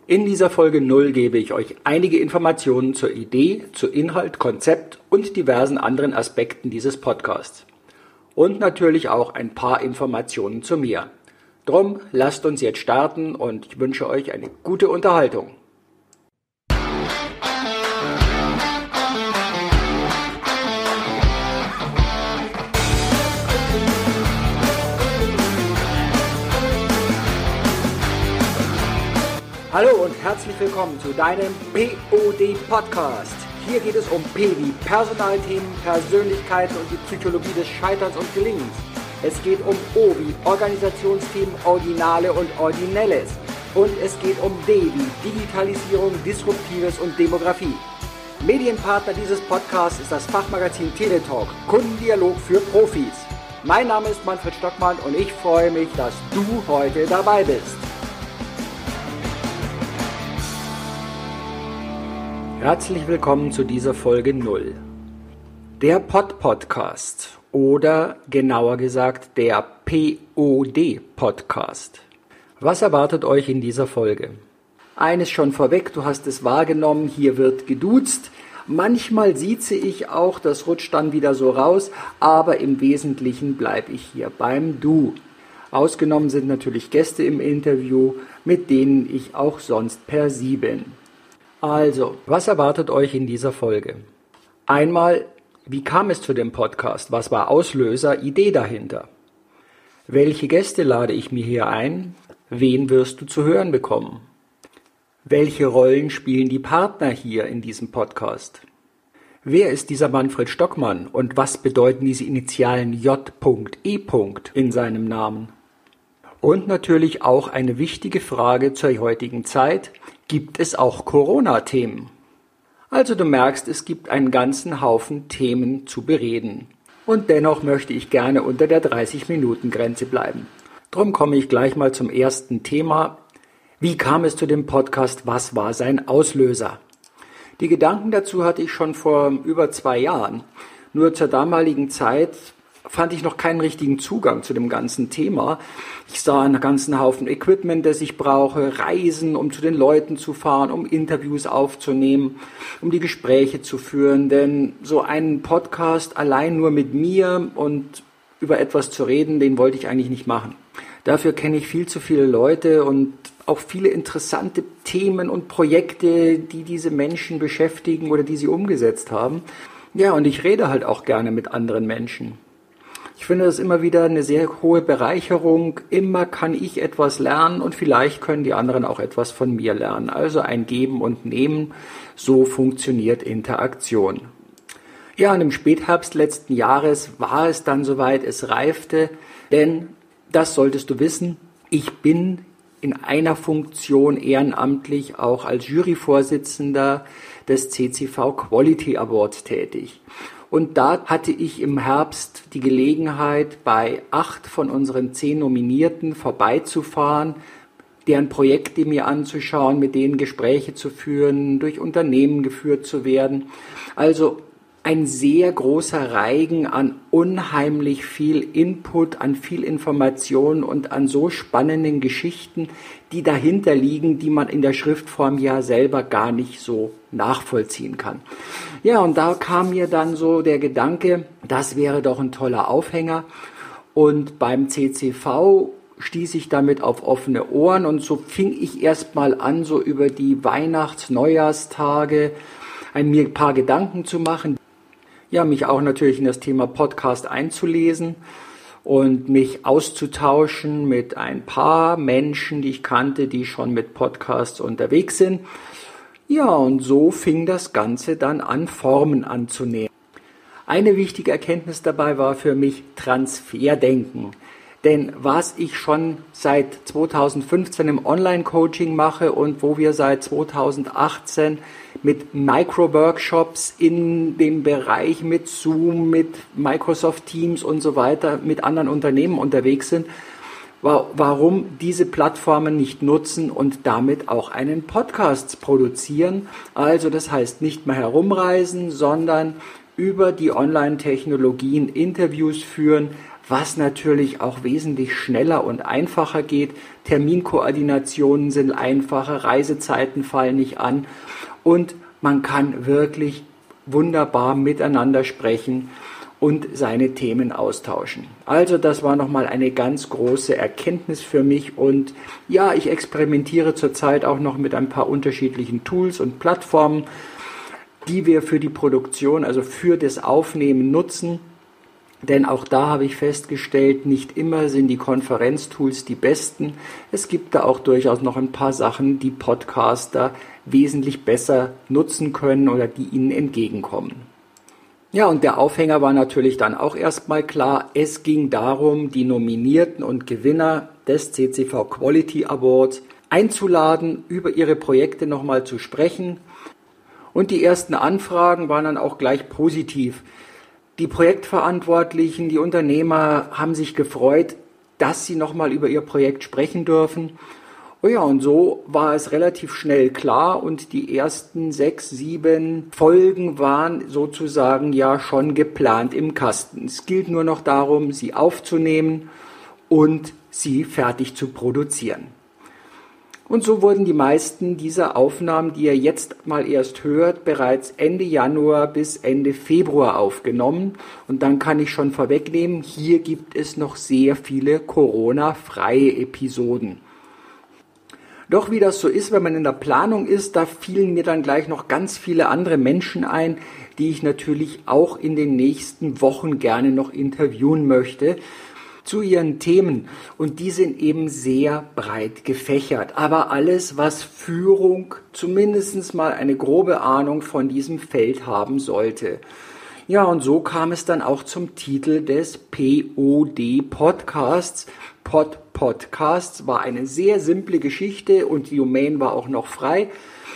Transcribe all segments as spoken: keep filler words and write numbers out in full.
In dieser Folge null gebe ich euch einige Informationen zur Idee, zu Inhalt, Konzept und diversen anderen Aspekten dieses Podcasts. Und natürlich auch ein paar Informationen zu mir. Drum, lasst uns jetzt starten und ich wünsche euch eine gute Unterhaltung. Hallo und herzlich willkommen zu deinem P O D-Podcast. Hier geht es um P wie Personalthemen, Persönlichkeiten und die Psychologie des Scheiterns und Gelingens. Es geht um O wie Organisationsthemen, Originale und Originelles. Und es geht um D wie Digitalisierung, Disruptives und Demografie. Medienpartner dieses Podcasts ist das Fachmagazin Teletalk, Kundendialog für Profis. Mein Name ist Manfred Stockmann und ich freue mich, dass du heute dabei bist. Herzlich willkommen zu dieser Folge null. Der Pod-Podcast oder genauer gesagt der P O D-Podcast. Was erwartet euch in dieser Folge? Eines schon vorweg, du hast es wahrgenommen, hier wird geduzt. Manchmal sieze ich auch, das rutscht dann wieder so raus, aber im Wesentlichen bleibe ich hier beim Du. Ausgenommen sind natürlich Gäste im Interview, mit denen ich auch sonst per Sie bin. Also, was erwartet euch in dieser Folge? Einmal, wie kam es zu dem Podcast? Was war Auslöser, Idee dahinter? Welche Gäste lade ich mir hier ein? Wen wirst du zu hören bekommen? Welche Rollen spielen die Partner hier in diesem Podcast? Wer ist dieser Manfred Stockmann und was bedeuten diese Initialen J E in seinem Namen? Und natürlich auch eine wichtige Frage zur heutigen Zeit: Gibt es auch Corona-Themen? Also du merkst, es gibt einen ganzen Haufen Themen zu bereden. Und dennoch möchte ich gerne unter der dreißig-Minuten-Grenze bleiben. Drum komme ich gleich mal zum ersten Thema. Wie kam es zu dem Podcast? Was war sein Auslöser? Die Gedanken dazu hatte ich schon vor über zwei Jahren. Nur zur damaligen Zeit fand ich noch keinen richtigen Zugang zu dem ganzen Thema. Ich sah einen ganzen Haufen Equipment, das ich brauche, Reisen, um zu den Leuten zu fahren, um Interviews aufzunehmen, um die Gespräche zu führen. Denn so einen Podcast allein nur mit mir und über etwas zu reden, den wollte ich eigentlich nicht machen. Dafür kenne ich viel zu viele Leute und auch viele interessante Themen und Projekte, die diese Menschen beschäftigen oder die sie umgesetzt haben. Ja, und ich rede halt auch gerne mit anderen Menschen. Ich finde das immer wieder eine sehr hohe Bereicherung. Immer kann ich etwas lernen und vielleicht können die anderen auch etwas von mir lernen. Also ein Geben und Nehmen, so funktioniert Interaktion. Ja, und im Spätherbst letzten Jahres war es dann soweit, es reifte, denn das solltest du wissen, ich bin in einer Funktion ehrenamtlich auch als Juryvorsitzender des C C V Quality Awards tätig. Und da hatte ich im Herbst die Gelegenheit, bei acht von unseren zehn Nominierten vorbeizufahren, deren Projekte mir anzuschauen, mit denen Gespräche zu führen, durch Unternehmen geführt zu werden. Also ein sehr großer Reigen an unheimlich viel Input, an viel Information und an so spannenden Geschichten, die dahinter liegen, die man in der Schriftform ja selber gar nicht so nachvollziehen kann. Ja, und da kam mir dann so der Gedanke, das wäre doch ein toller Aufhänger. Und beim C C V stieß ich damit auf offene Ohren und so fing ich erst mal an, so über die Weihnachts-, Neujahrstage ein, mir ein paar Gedanken zu machen. Ja, mich auch natürlich in das Thema Podcast einzulesen und mich auszutauschen mit ein paar Menschen, die ich kannte, die schon mit Podcasts unterwegs sind. Ja, und so fing das Ganze dann an, Formen anzunehmen. Eine wichtige Erkenntnis dabei war für mich Transferdenken. Denn was ich schon seit zweitausendfünfzehn im Online-Coaching mache und wo wir seit zweitausendachtzehn mit Micro-Workshops in dem Bereich mit Zoom, mit Microsoft Teams und so weiter mit anderen Unternehmen unterwegs sind, warum diese Plattformen nicht nutzen und damit auch einen Podcast produzieren. Also das heißt nicht mehr herumreisen, sondern über die Online-Technologien Interviews führen, was natürlich auch wesentlich schneller und einfacher geht. Terminkoordinationen sind einfacher, Reisezeiten fallen nicht an und man kann wirklich wunderbar miteinander sprechen und seine Themen austauschen. Also das war nochmal eine ganz große Erkenntnis für mich und ja, ich experimentiere zurzeit auch noch mit ein paar unterschiedlichen Tools und Plattformen, die wir für die Produktion, also für das Aufnehmen nutzen. Denn auch da habe ich festgestellt, nicht immer sind die Konferenztools die besten. Es gibt da auch durchaus noch ein paar Sachen, die Podcaster wesentlich besser nutzen können oder die ihnen entgegenkommen. Ja, und der Aufhänger war natürlich dann auch erstmal klar. Es ging darum, die Nominierten und Gewinner des C C V Quality Awards einzuladen, über ihre Projekte nochmal zu sprechen. Und die ersten Anfragen waren dann auch gleich positiv. Die Projektverantwortlichen, die Unternehmer haben sich gefreut, dass sie nochmal über ihr Projekt sprechen dürfen. Oh ja, und so war es relativ schnell klar und die ersten sechs, sieben Folgen waren sozusagen ja schon geplant im Kasten. Es gilt nur noch darum, sie aufzunehmen und sie fertig zu produzieren. Und so wurden die meisten dieser Aufnahmen, die ihr jetzt mal erst hört, bereits Ende Januar bis Ende Februar aufgenommen. Und dann kann ich schon vorwegnehmen, hier gibt es noch sehr viele Corona-freie Episoden. Doch wie das so ist, wenn man in der Planung ist, da fielen mir dann gleich noch ganz viele andere Menschen ein, die ich natürlich auch in den nächsten Wochen gerne noch interviewen möchte zu ihren Themen. Und die sind eben sehr breit gefächert. Aber alles, was Führung, zumindest mal eine grobe Ahnung von diesem Feld haben sollte. Ja, und so kam es dann auch zum Titel des P O D-Podcasts. Pod Podcasts war eine sehr simple Geschichte und die Domain war auch noch frei.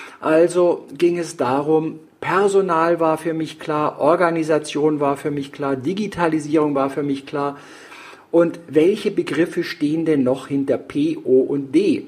Also ging es darum, Personal war für mich klar, Organisation war für mich klar, Digitalisierung war für mich klar. Und welche Begriffe stehen denn noch hinter P O und D?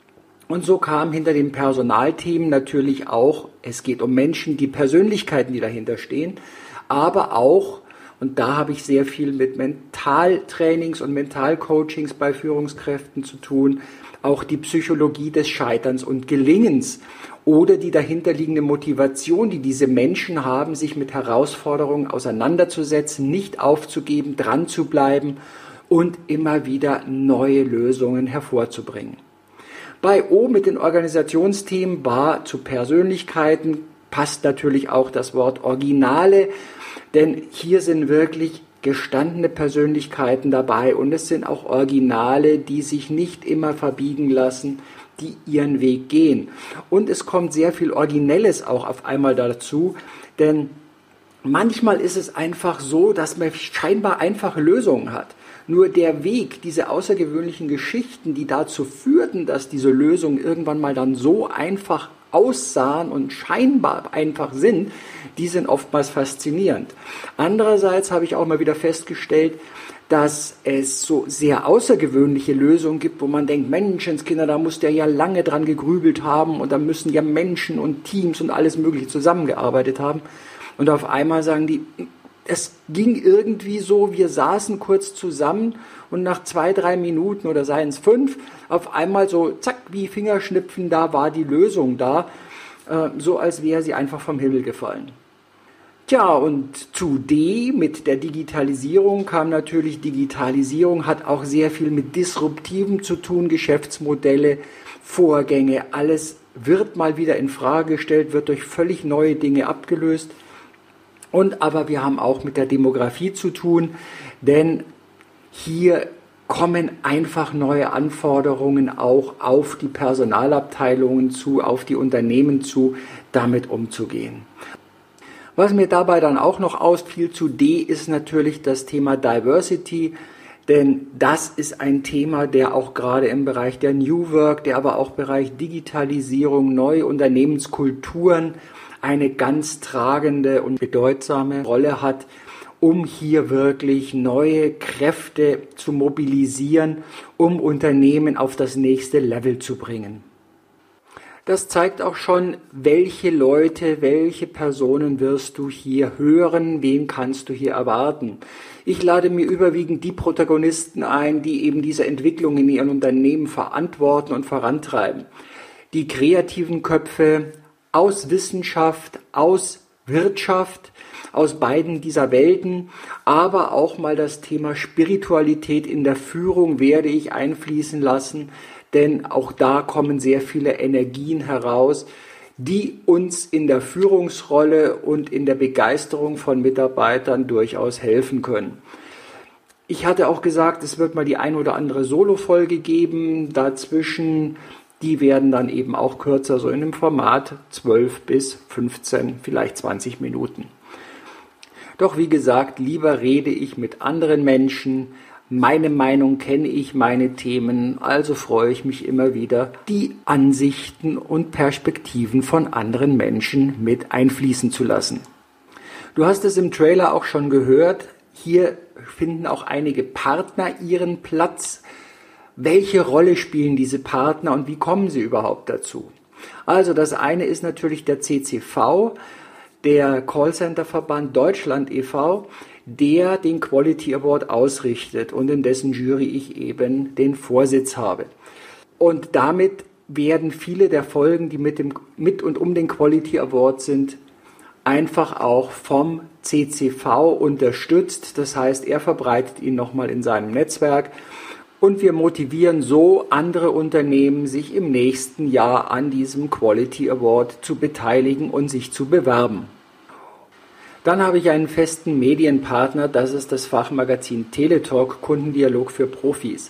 Und so kam hinter den Personalthemen natürlich auch, es geht um Menschen, die Persönlichkeiten, die dahinter stehen, aber auch, und da habe ich sehr viel mit Mentaltrainings und Mentalcoachings bei Führungskräften zu tun, auch die Psychologie des Scheiterns und Gelingens oder die dahinterliegende Motivation, die diese Menschen haben, sich mit Herausforderungen auseinanderzusetzen, nicht aufzugeben, dran zu bleiben und immer wieder neue Lösungen hervorzubringen. Bei O mit den Organisationsthemen war zu Persönlichkeiten, passt natürlich auch das Wort Originale, denn hier sind wirklich gestandene Persönlichkeiten dabei und es sind auch Originale, die sich nicht immer verbiegen lassen, die ihren Weg gehen. Und es kommt sehr viel Originelles auch auf einmal dazu, denn manchmal ist es einfach so, dass man scheinbar einfache Lösungen hat. Nur der Weg, diese außergewöhnlichen Geschichten, die dazu führten, dass diese Lösungen irgendwann mal dann so einfach aussahen und scheinbar einfach sind, die sind oftmals faszinierend. Andererseits habe ich auch mal wieder festgestellt, dass es so sehr außergewöhnliche Lösungen gibt, wo man denkt, Menschenskinder, da muss der ja lange dran gegrübelt haben und da müssen ja Menschen und Teams und alles Mögliche zusammengearbeitet haben. Und auf einmal sagen die, es ging irgendwie so, wir saßen kurz zusammen und nach zwei, drei Minuten oder seien es fünf, auf einmal so zack, wie Fingerschnipfen, da war die Lösung da, äh, so als wäre sie einfach vom Himmel gefallen. Tja, und zu D mit der Digitalisierung kam natürlich, Digitalisierung hat auch sehr viel mit Disruptivem zu tun, Geschäftsmodelle, Vorgänge, alles wird mal wieder in Frage gestellt, wird durch völlig neue Dinge abgelöst. Und aber wir haben auch mit der Demografie zu tun, denn hier kommen einfach neue Anforderungen auch auf die Personalabteilungen zu, auf die Unternehmen zu, damit umzugehen. Was mir dabei dann auch noch ausfiel zu D ist natürlich das Thema Diversity, denn das ist ein Thema, der auch gerade im Bereich der New Work, der aber auch im Bereich Digitalisierung, neue Unternehmenskulturen eine ganz tragende und bedeutsame Rolle hat, um hier wirklich neue Kräfte zu mobilisieren, um Unternehmen auf das nächste Level zu bringen. Das zeigt auch schon, welche Leute, welche Personen wirst du hier hören, wen kannst du hier erwarten. Ich lade mir überwiegend die Protagonisten ein, die eben diese Entwicklung in ihren Unternehmen verantworten und vorantreiben. Die kreativen Köpfe aus Wissenschaft, aus Wirtschaft, aus beiden dieser Welten, aber auch mal das Thema Spiritualität in der Führung werde ich einfließen lassen, denn auch da kommen sehr viele Energien heraus, die uns in der Führungsrolle und in der Begeisterung von Mitarbeitern durchaus helfen können. Ich hatte auch gesagt, es wird mal die ein oder andere Solo-Folge geben, dazwischen, die werden dann eben auch kürzer, so in einem Format zwölf bis fünfzehn, vielleicht zwanzig Minuten. Doch wie gesagt, lieber rede ich mit anderen Menschen. Meine Meinung kenne ich, meine Themen, also freue ich mich immer wieder, die Ansichten und Perspektiven von anderen Menschen mit einfließen zu lassen. Du hast es im Trailer auch schon gehört, hier finden auch einige Partner ihren Platz. Welche Rolle spielen diese Partner und wie kommen sie überhaupt dazu? Also das eine ist natürlich der C C V, der Callcenter-Verband Deutschland e V, der den Quality Award ausrichtet und in dessen Jury ich eben den Vorsitz habe. Und damit werden viele der Folgen, die mit, dem, mit und um den Quality Award sind, einfach auch vom C C V unterstützt. Das heißt, er verbreitet ihn nochmal in seinem Netzwerk und wir motivieren so andere Unternehmen, sich im nächsten Jahr an diesem Quality Award zu beteiligen und sich zu bewerben. Dann habe ich einen festen Medienpartner, das ist das Fachmagazin Teletalk, Kundendialog für Profis.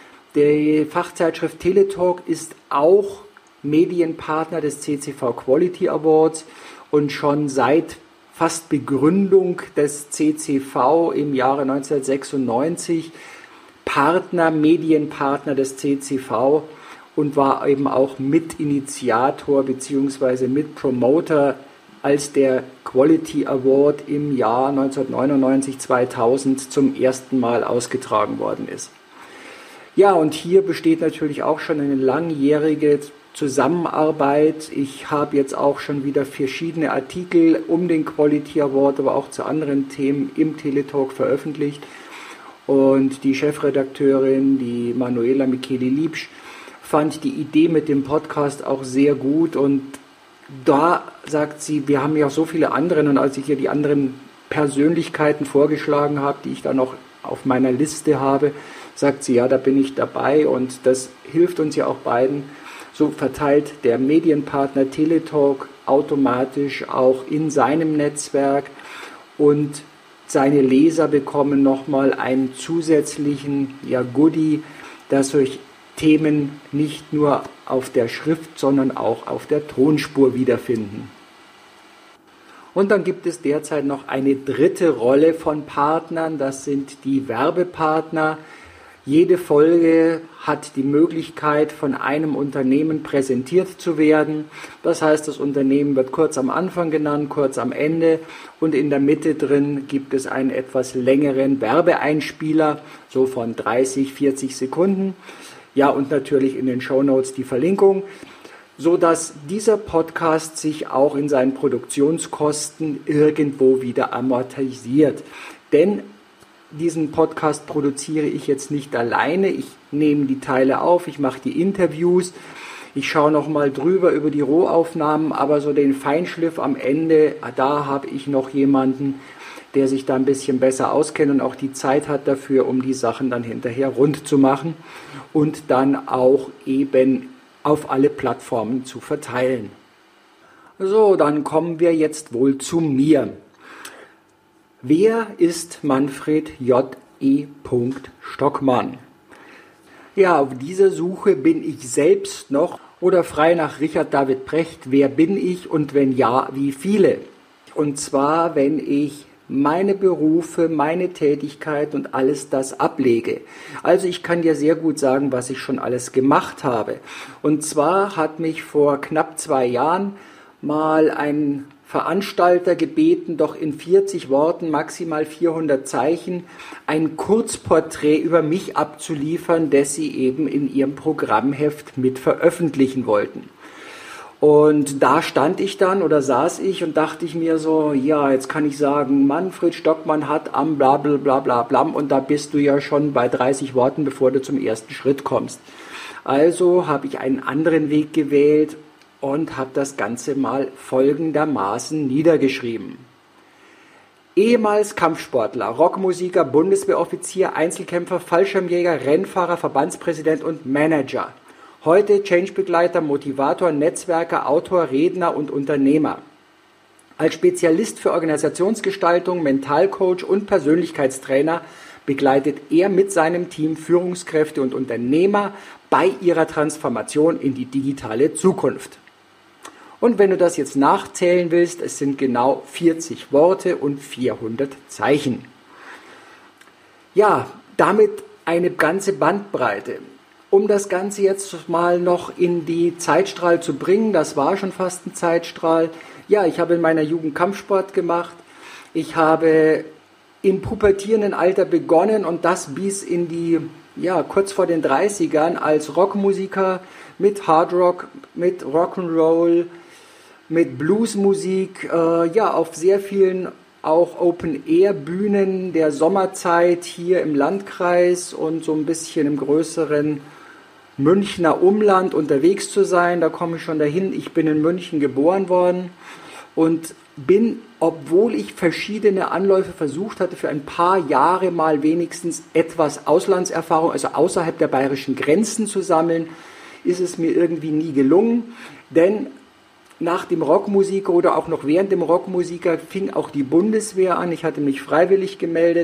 Die Fachzeitschrift Teletalk ist auch Medienpartner des C C V Quality Awards und schon seit fast Begründung des C C V im Jahre neunzehnhundertsechsundneunzig Partner, Medienpartner des C C V und war eben auch Mitinitiator bzw. Mitpromoter, als der Quality Award im Jahr neunzehnhundertneunundneunzig zweitausend zum ersten Mal ausgetragen worden ist. Ja, und hier besteht natürlich auch schon eine langjährige Zusammenarbeit. Ich habe jetzt auch schon wieder verschiedene Artikel um den Quality Award, aber auch zu anderen Themen im Teletalk veröffentlicht. Und die Chefredakteurin, die Manuela Micheli-Liebsch, fand die Idee mit dem Podcast auch sehr gut und da sagt sie, wir haben ja so viele andere und als ich ihr die anderen Persönlichkeiten vorgeschlagen habe, die ich da noch auf meiner Liste habe, sagt sie, ja, da bin ich dabei und das hilft uns ja auch beiden. So verteilt der Medienpartner Teletalk automatisch auch in seinem Netzwerk und seine Leser bekommen nochmal einen zusätzlichen ja, Goodie, das euch Themen nicht nur auf der Schrift, sondern auch auf der Tonspur wiederfinden. Und dann gibt es derzeit noch eine dritte Rolle von Partnern, das sind die Werbepartner. Jede Folge hat die Möglichkeit, von einem Unternehmen präsentiert zu werden. Das heißt, das Unternehmen wird kurz am Anfang genannt, kurz am Ende und in der Mitte drin gibt es einen etwas längeren Werbeeinspieler, so von dreißig, vierzig Sekunden. Ja, und natürlich in den Shownotes die Verlinkung, so dass dieser Podcast sich auch in seinen Produktionskosten irgendwo wieder amortisiert. Denn diesen Podcast produziere ich jetzt nicht alleine. Ich nehme die Teile auf, ich mache die Interviews, ich schaue nochmal drüber über die Rohaufnahmen, aber so den Feinschliff am Ende, da habe ich noch jemanden, der sich da ein bisschen besser auskennt und auch die Zeit hat dafür, um die Sachen dann hinterher rund zu machen und dann auch eben auf alle Plattformen zu verteilen. So, dann kommen wir jetzt wohl zu mir. Wer ist Manfred J E Stockmann? Ja, auf dieser Suche bin ich selbst noch oder frei nach Richard David Precht, wer bin ich und wenn ja, wie viele? Und zwar, wenn ich meine Berufe, meine Tätigkeit und alles das ablege. Also ich kann dir sehr gut sagen, was ich schon alles gemacht habe. Und zwar hat mich vor knapp zwei Jahren mal ein Veranstalter gebeten, doch in vierzig Worten, maximal vierhundert Zeichen, ein Kurzporträt über mich abzuliefern, das sie eben in ihrem Programmheft mit veröffentlichen wollten. Und da stand ich dann oder saß ich und dachte ich mir so, ja, jetzt kann ich sagen, Manfred Stockmann hat am bla bla bla bla bla und da bist du ja schon bei dreißig Worten, bevor du zum ersten Schritt kommst. Also habe ich einen anderen Weg gewählt und habe das Ganze mal folgendermaßen niedergeschrieben. Ehemals Kampfsportler, Rockmusiker, Bundeswehroffizier, Einzelkämpfer, Fallschirmjäger, Rennfahrer, Verbandspräsident und Manager. Heute Change-Begleiter, Motivator, Netzwerker, Autor, Redner und Unternehmer. Als Spezialist für Organisationsgestaltung, Mentalcoach und Persönlichkeitstrainer begleitet er mit seinem Team Führungskräfte und Unternehmer bei ihrer Transformation in die digitale Zukunft. Und wenn du das jetzt nachzählen willst, es sind genau vierzig Worte und vierhundert Zeichen. Ja, damit eine ganze Bandbreite. Um das Ganze jetzt mal noch in die Zeitstrahl zu bringen, das war schon fast ein Zeitstrahl. Ja, ich habe in meiner Jugend Kampfsport gemacht. Ich habe im pubertierenden Alter begonnen und das bis in die, ja, kurz vor den dreißigern als Rockmusiker mit Hardrock, mit Rock'n'Roll, mit Bluesmusik, äh, ja, auf sehr vielen auch Open-Air-Bühnen der Sommerzeit hier im Landkreis und so ein bisschen im größeren Münchner Umland unterwegs zu sein. Da komme ich schon dahin. Ich bin in München geboren worden und bin, obwohl ich verschiedene Anläufe versucht hatte, für ein paar Jahre mal wenigstens etwas Auslandserfahrung, also außerhalb der bayerischen Grenzen zu sammeln, ist es mir irgendwie nie gelungen. Denn nach dem Rockmusiker oder auch noch während dem Rockmusiker fing auch die Bundeswehr an. Ich hatte mich freiwillig gemeldet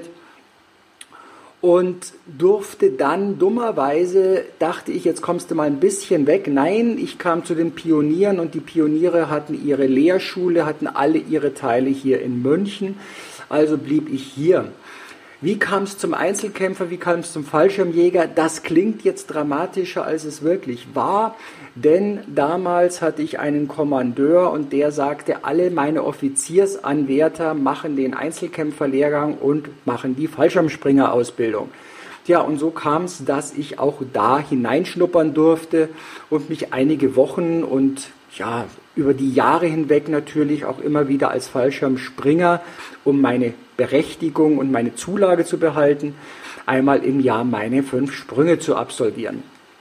und durfte dann dummerweise, dachte ich, jetzt kommst du mal ein bisschen weg. Nein, ich kam zu den Pionieren und die Pioniere hatten ihre Lehrschule, hatten alle ihre Teile hier in München. Also blieb ich hier. Wie kam es zum Einzelkämpfer, wie kam es zum Fallschirmjäger? Das klingt jetzt dramatischer, als es wirklich war, denn damals hatte ich einen Kommandeur und der sagte, alle meine Offiziersanwärter machen den Einzelkämpferlehrgang und machen die Fallschirmspringerausbildung. Ja, und so kam es, dass ich auch da hineinschnuppern durfte und mich einige Wochen und ja, über die Jahre hinweg natürlich auch immer wieder als Fallschirmspringer, um meine Berechtigung und meine Zulage zu behalten, einmal im Jahr meine fünf Sprünge zu absolvieren.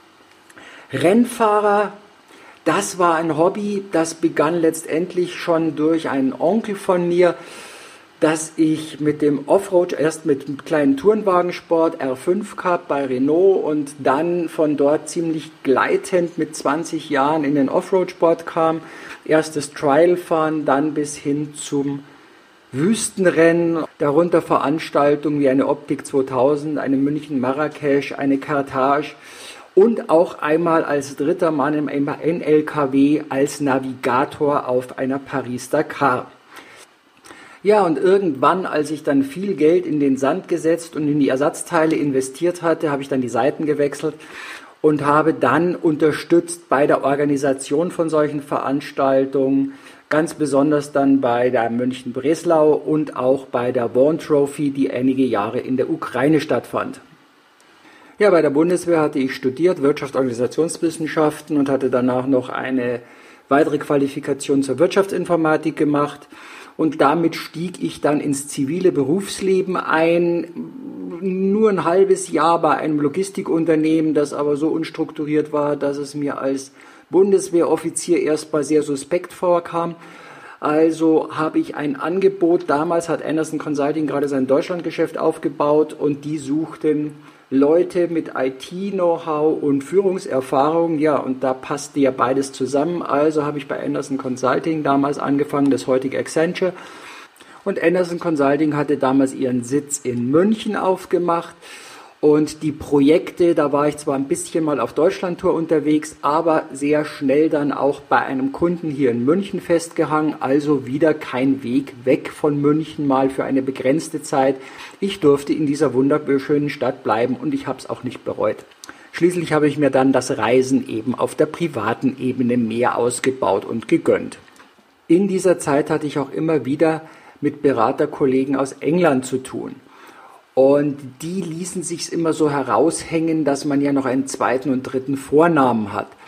Rennfahrer, das war ein Hobby, das begann letztendlich schon durch einen Onkel von mir, dass ich mit dem Offroad, erst mit einem kleinen Tourenwagensport R fünf Cup bei Renault und dann von dort ziemlich gleitend mit zwanzig Jahren in den Offroad-Sport kam. Erstes Trialfahren, dann bis hin zum Wüstenrennen, darunter Veranstaltungen wie eine Optik zweitausend, eine München-Marrakesch, eine Carthage und auch einmal als dritter Mann im N L K W als Navigator auf einer Paris-Dakar. Ja, und irgendwann, als ich dann viel Geld in den Sand gesetzt und in die Ersatzteile investiert hatte, habe ich dann die Seiten gewechselt und habe dann unterstützt bei der Organisation von solchen Veranstaltungen, ganz besonders dann bei der München-Breslau und auch bei der Vaughan Trophy, die einige Jahre in der Ukraine stattfand. Ja, bei der Bundeswehr hatte ich studiert Wirtschaftsorganisationswissenschaften und hatte danach noch eine weitere Qualifikation zur Wirtschaftsinformatik gemacht. Und damit stieg ich dann ins zivile Berufsleben ein, nur ein halbes Jahr bei einem Logistikunternehmen, das aber so unstrukturiert war, dass es mir als Bundeswehroffizier erstmal sehr suspekt vorkam. Also habe ich ein Angebot, damals hat Anderson Consulting gerade sein Deutschlandgeschäft aufgebaut und die suchten Leute mit I T-Know-how und Führungserfahrung, ja, und da passte ja beides zusammen. Also habe ich bei Anderson Consulting damals angefangen, das heutige Accenture. Und Anderson Consulting hatte damals ihren Sitz in München aufgemacht. Und die Projekte, da war ich zwar ein bisschen mal auf Deutschlandtour unterwegs, aber sehr schnell dann auch bei einem Kunden hier in München festgehangen. Also wieder kein Weg weg von München mal für eine begrenzte Zeit. Ich durfte in dieser wunderschönen Stadt bleiben und ich habe es auch nicht bereut. Schließlich habe ich mir dann das Reisen eben auf der privaten Ebene mehr ausgebaut und gegönnt. In dieser Zeit hatte ich auch immer wieder mit Beraterkollegen aus England zu tun. Und die ließen sich immer so heraushängen, dass man ja noch einen zweiten und dritten Vornamen hat.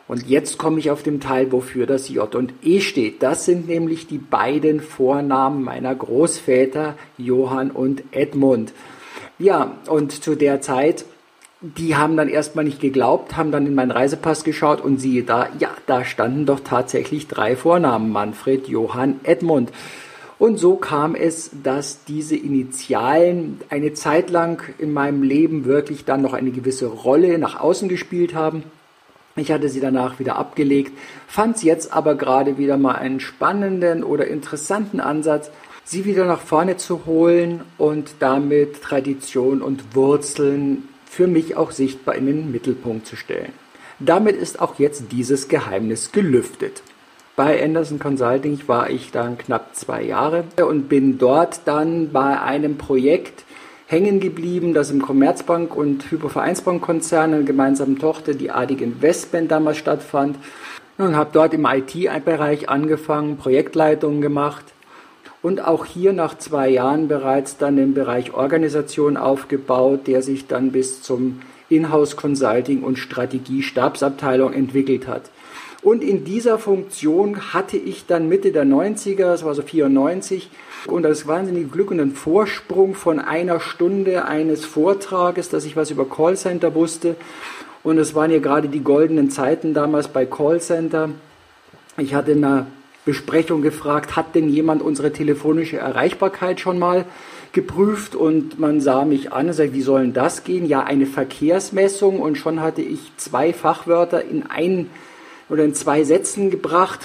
Und jetzt komme ich auf den Teil, wofür das J und E steht. Das sind nämlich die beiden Vornamen meiner Großväter, Johann und Edmund. Ja, und zu der Zeit, die haben dann erstmal nicht geglaubt, haben dann in meinen Reisepass geschaut und siehe da, ja, da standen doch tatsächlich drei Vornamen, Manfred, Johann, Edmund. Und so kam es, dass diese Initialen eine Zeit lang in meinem Leben wirklich dann noch eine gewisse Rolle nach außen gespielt haben. Ich hatte sie danach wieder abgelegt, fand jetzt aber gerade wieder mal einen spannenden oder interessanten Ansatz, sie wieder nach vorne zu holen und damit Tradition und Wurzeln für mich auch sichtbar in den Mittelpunkt zu stellen. Damit ist auch jetzt dieses Geheimnis gelüftet. Bei Anderson Consulting war ich dann knapp zwei Jahre und bin dort dann bei einem Projekt hängen geblieben, das im Commerzbank- und Hypovereinsbank-Konzern, einer gemeinsamen Tochter, die Adig Investment damals stattfand. Und habe dort im I T-Bereich angefangen, Projektleitungen gemacht und auch hier nach zwei Jahren bereits dann den Bereich Organisation aufgebaut, der sich dann bis zum Inhouse Consulting und Strategie-Stabsabteilung entwickelt hat. Und in dieser Funktion hatte ich dann Mitte der neunziger, das war so vierundneunzig, und das wahnsinnige Glück und einen Vorsprung von einer Stunde eines Vortrages, dass ich was über Callcenter wusste. Und es waren ja gerade die goldenen Zeiten damals bei Callcenter. Ich hatte in einer Besprechung gefragt, hat denn jemand unsere telefonische Erreichbarkeit schon mal geprüft? Und man sah mich an und sagte, wie soll denn das gehen? Ja, eine Verkehrsmessung. Und schon hatte ich zwei Fachwörter in ein oder in zwei Sätzen gebracht.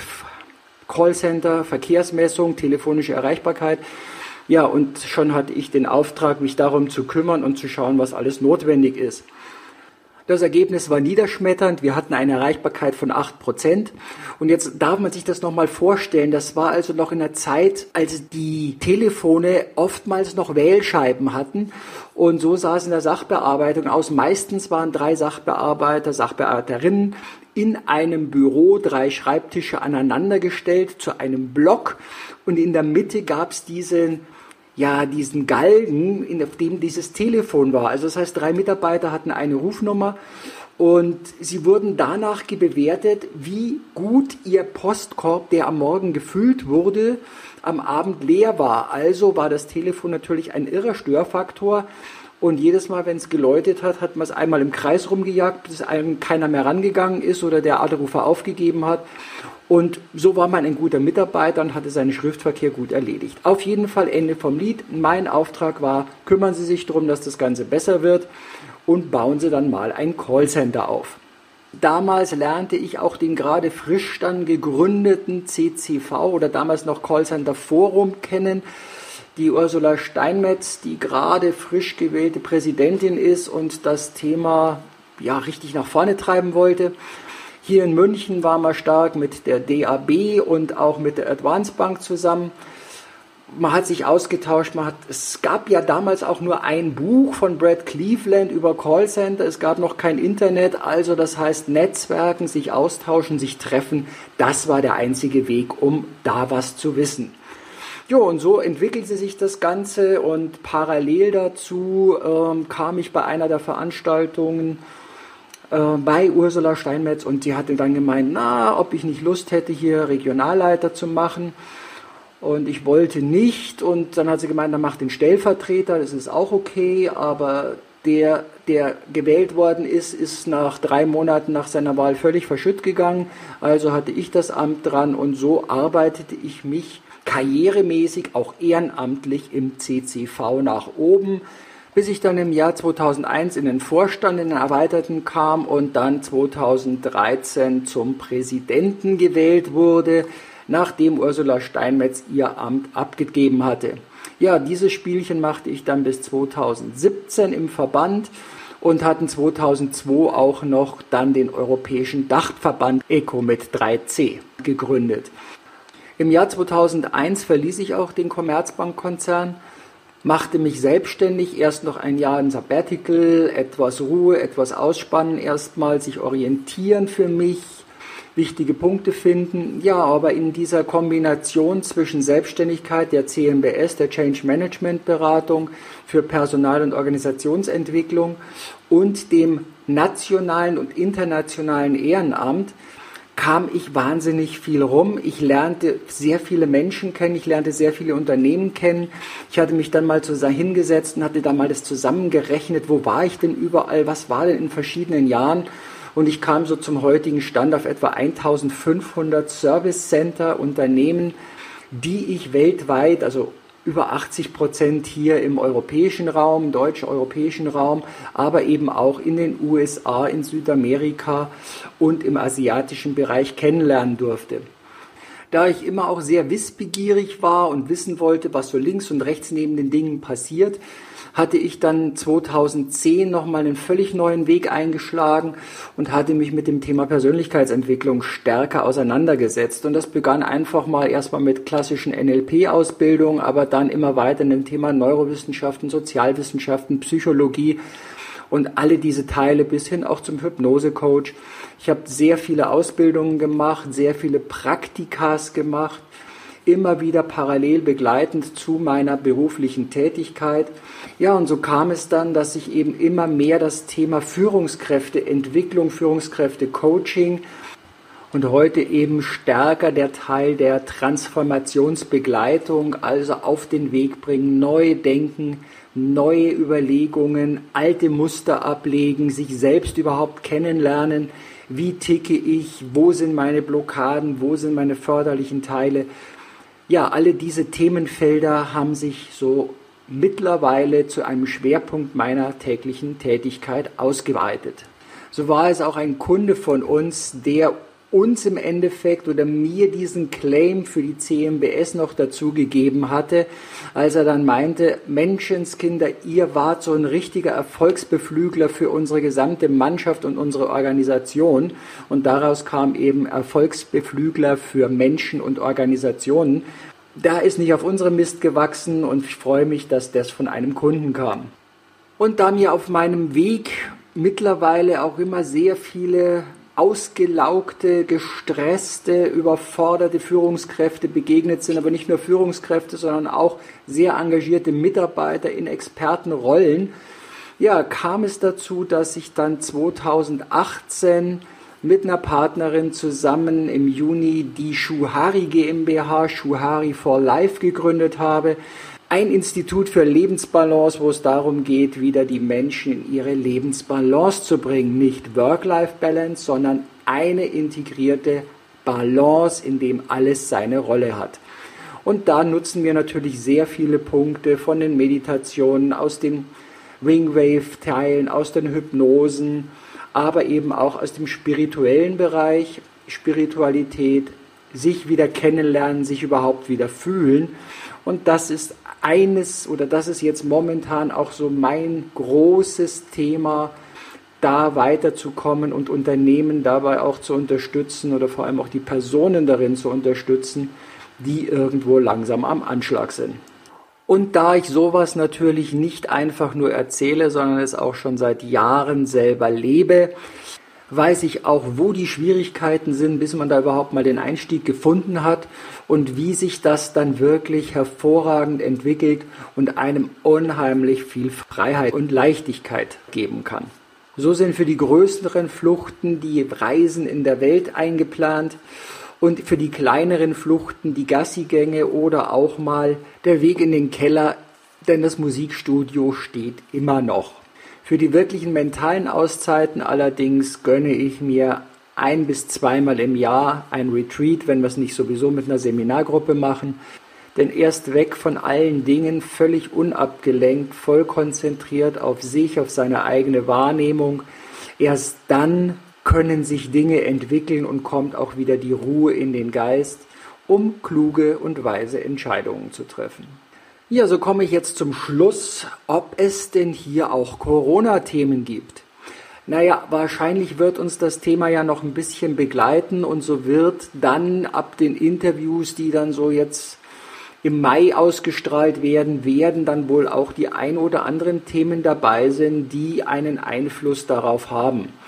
Callcenter, Verkehrsmessung, telefonische Erreichbarkeit. Ja, und schon hatte ich den Auftrag, mich darum zu kümmern und zu schauen, was alles notwendig ist. Das Ergebnis war niederschmetternd. Wir hatten eine Erreichbarkeit von acht Prozent. Und jetzt darf man sich das nochmal vorstellen. Das war also noch in der Zeit, als die Telefone oftmals noch Wählscheiben hatten. Und so sah es in der Sachbearbeitung aus. Meistens waren drei Sachbearbeiter, Sachbearbeiterinnen in einem Büro, drei Schreibtische aneinandergestellt zu einem Block. Und in der Mitte gab es diesen ja, diesen Galgen, in dem dieses Telefon war. Also das heißt, drei Mitarbeiter hatten eine Rufnummer und sie wurden danach bewertet, wie gut ihr Postkorb, der am Morgen gefüllt wurde, am Abend leer war. Also war das Telefon natürlich ein irrer Störfaktor und jedes Mal, wenn es geläutet hat, hat man es einmal im Kreis rumgejagt, bis einem keiner mehr rangegangen ist oder der Anrufer aufgegeben hat. Und so war man ein guter Mitarbeiter und hatte seinen Schriftverkehr gut erledigt. Auf jeden Fall Ende vom Lied. Mein Auftrag war, kümmern Sie sich darum, dass das Ganze besser wird und bauen Sie dann mal ein Callcenter auf. Damals lernte ich auch den gerade frisch dann gegründeten C C V oder damals noch Callcenter Forum kennen. Die Ursula Steinmetz, die gerade frisch gewählte Präsidentin ist und das Thema ja richtig nach vorne treiben wollte. Hier in München waren wir stark mit der D A B und auch mit der Advance Bank zusammen. Man hat sich ausgetauscht. Man hat, es gab ja damals auch nur ein Buch von Brad Cleveland über Callcenter. Es gab noch kein Internet. Also das heißt Netzwerken, sich austauschen, sich treffen. Das war der einzige Weg, um da was zu wissen. Jo, und so entwickelte sich das Ganze und parallel dazu ähm, kam ich bei einer der Veranstaltungen bei Ursula Steinmetz und sie hatte dann gemeint, na, ob ich nicht Lust hätte, hier Regionalleiter zu machen und ich wollte nicht und dann hat sie gemeint, dann mach den Stellvertreter, das ist auch okay, aber der, der gewählt worden ist, ist nach drei Monaten nach seiner Wahl völlig verschütt gegangen, also hatte ich das Amt dran und so arbeitete ich mich karrieremäßig, auch ehrenamtlich im C C V nach oben, bis ich dann im Jahr zweitausendeins in den Vorstand, in den Erweiterten kam und dann zweitausenddreizehn zum Präsidenten gewählt wurde, nachdem Ursula Steinmetz ihr Amt abgegeben hatte. Ja, dieses Spielchen machte ich dann bis zweitausendsiebzehn im Verband und hatten zweitausendzwei auch noch dann den Europäischen Dachverband E C O mit drei C gegründet. Im Jahr zweitausendeins verließ ich auch den Commerzbank-Konzern, machte mich selbstständig, erst noch ein Jahr in Sabbatical, etwas Ruhe, etwas ausspannen, erstmal sich orientieren für mich, wichtige Punkte finden. Ja, aber in dieser Kombination zwischen Selbstständigkeit, der C M B S, der Change Management Beratung für Personal- und Organisationsentwicklung und dem nationalen und internationalen Ehrenamt kam ich wahnsinnig viel rum. Ich lernte sehr viele Menschen kennen, ich lernte sehr viele Unternehmen kennen. Ich hatte mich dann mal zusammen hingesetzt und hatte da mal das zusammengerechnet, wo war ich denn überall, was war denn in verschiedenen Jahren. Und ich kam so zum heutigen Stand auf etwa eintausendfünfhundert Service Center Unternehmen, die ich weltweit, also über achtzig Prozent hier im europäischen Raum, im deutsch-europäischen Raum, aber eben auch in den U S A, in Südamerika und im asiatischen Bereich kennenlernen durfte. Da ich immer auch sehr wissbegierig war und wissen wollte, was so links und rechts neben den Dingen passiert, hatte ich dann zweitausendzehn nochmal einen völlig neuen Weg eingeschlagen und hatte mich mit dem Thema Persönlichkeitsentwicklung stärker auseinandergesetzt. Und das begann einfach mal erstmal mit klassischen N L P-Ausbildungen, aber dann immer weiter in dem Thema Neurowissenschaften, Sozialwissenschaften, Psychologie und alle diese Teile bis hin auch zum Hypnose-Coach. Ich habe sehr viele Ausbildungen gemacht, sehr viele Praktikas gemacht, immer wieder parallel begleitend zu meiner beruflichen Tätigkeit. Ja, und so kam es dann, dass ich eben immer mehr das Thema Führungskräfteentwicklung, Führungskräftecoaching und heute eben stärker der Teil der Transformationsbegleitung, also auf den Weg bringen, neu denken, neue Überlegungen, alte Muster ablegen, sich selbst überhaupt kennenlernen. Wie ticke ich? Wo sind meine Blockaden? Wo sind meine förderlichen Teile? Ja, alle diese Themenfelder haben sich so mittlerweile zu einem Schwerpunkt meiner täglichen Tätigkeit ausgeweitet. So war es auch ein Kunde von uns, der uns im Endeffekt oder mir diesen Claim für die C M B S noch dazu gegeben hatte, als er dann meinte, Menschenskinder, ihr wart so ein richtiger Erfolgsbeflügler für unsere gesamte Mannschaft und unsere Organisation. Und daraus kam eben Erfolgsbeflügler für Menschen und Organisationen. Da ist nicht auf unserem Mist gewachsen und ich freue mich, dass das von einem Kunden kam. Und da mir auf meinem Weg mittlerweile auch immer sehr viele ausgelaugte, gestresste, überforderte Führungskräfte begegnet sind, aber nicht nur Führungskräfte, sondern auch sehr engagierte Mitarbeiter in Expertenrollen, ja, kam es dazu, dass ich dann zweitausendachtzehn mit einer Partnerin zusammen im Juni die Shuhari GmbH, Shuhari for Life gegründet habe. Ein Institut für Lebensbalance, wo es darum geht, wieder die Menschen in ihre Lebensbalance zu bringen. Nicht Work-Life-Balance, sondern eine integrierte Balance, in dem alles seine Rolle hat. Und da nutzen wir natürlich sehr viele Punkte von den Meditationen, aus den Wingwave-Teilen, aus den Hypnosen, aber eben auch aus dem spirituellen Bereich, Spiritualität, sich wieder kennenlernen, sich überhaupt wieder fühlen. Und das ist eines, oder das ist jetzt momentan auch so mein großes Thema, da weiterzukommen und Unternehmen dabei auch zu unterstützen oder vor allem auch die Personen darin zu unterstützen, die irgendwo langsam am Anschlag sind. Und da ich sowas natürlich nicht einfach nur erzähle, sondern es auch schon seit Jahren selber lebe, weiß ich auch, wo die Schwierigkeiten sind, bis man da überhaupt mal den Einstieg gefunden hat und wie sich das dann wirklich hervorragend entwickelt und einem unheimlich viel Freiheit und Leichtigkeit geben kann. So sind für die größeren Fluchten die Reisen in der Welt eingeplant und für die kleineren Fluchten die Gassigänge oder auch mal der Weg in den Keller, denn das Musikstudio steht immer noch. Für die wirklichen mentalen Auszeiten allerdings gönne ich mir ein- bis zweimal im Jahr ein Retreat, wenn wir es nicht sowieso mit einer Seminargruppe machen. Denn erst weg von allen Dingen, völlig unabgelenkt, voll konzentriert auf sich, auf seine eigene Wahrnehmung, erst dann können sich Dinge entwickeln und kommt auch wieder die Ruhe in den Geist, um kluge und weise Entscheidungen zu treffen. Ja, so komme ich jetzt zum Schluss, ob es denn hier auch Corona-Themen gibt. Naja, wahrscheinlich wird uns das Thema ja noch ein bisschen begleiten und so wird dann ab den Interviews, die dann so jetzt im Mai ausgestrahlt werden, werden dann wohl auch die ein oder anderen Themen dabei sind, die einen Einfluss darauf haben.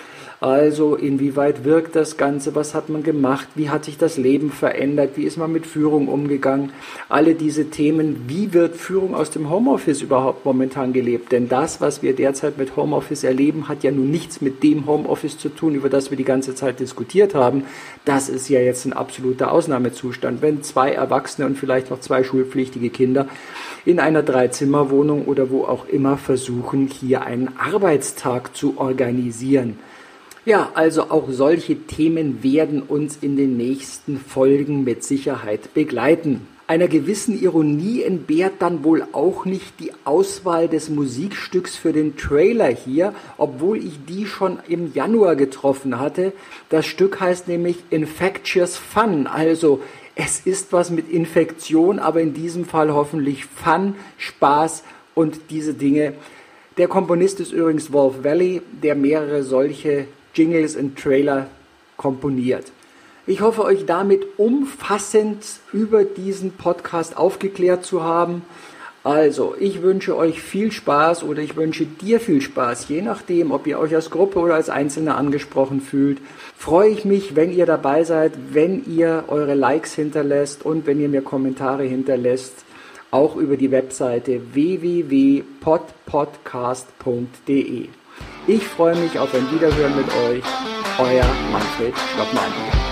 Also inwieweit wirkt das Ganze, was hat man gemacht, wie hat sich das Leben verändert, wie ist man mit Führung umgegangen, alle diese Themen, wie wird Führung aus dem Homeoffice überhaupt momentan gelebt, denn das, was wir derzeit mit Homeoffice erleben, hat ja nun nichts mit dem Homeoffice zu tun, über das wir die ganze Zeit diskutiert haben. Das ist ja jetzt ein absoluter Ausnahmezustand, wenn zwei Erwachsene und vielleicht noch zwei schulpflichtige Kinder in einer Dreizimmerwohnung oder wo auch immer versuchen, hier einen Arbeitstag zu organisieren. Ja, also auch solche Themen werden uns in den nächsten Folgen mit Sicherheit begleiten. Einer gewissen Ironie entbehrt dann wohl auch nicht die Auswahl des Musikstücks für den Trailer hier, obwohl ich die schon im Januar getroffen hatte. Das Stück heißt nämlich Infectious Fun, also es ist was mit Infektion, aber in diesem Fall hoffentlich Fun, Spaß und diese Dinge. Der Komponist ist übrigens Wolf Valley, der mehrere solche Jingles und Trailer komponiert. Ich hoffe, euch damit umfassend über diesen Podcast aufgeklärt zu haben. Also, ich wünsche euch viel Spaß oder ich wünsche dir viel Spaß, je nachdem, ob ihr euch als Gruppe oder als Einzelne angesprochen fühlt. Freue ich mich, wenn ihr dabei seid, wenn ihr eure Likes hinterlässt und wenn ihr mir Kommentare hinterlässt, auch über die Webseite w w w punkt pod podcast punkt d e. Ich freue mich auf ein Wiederhören mit euch. Euer Manfred Schloppmann.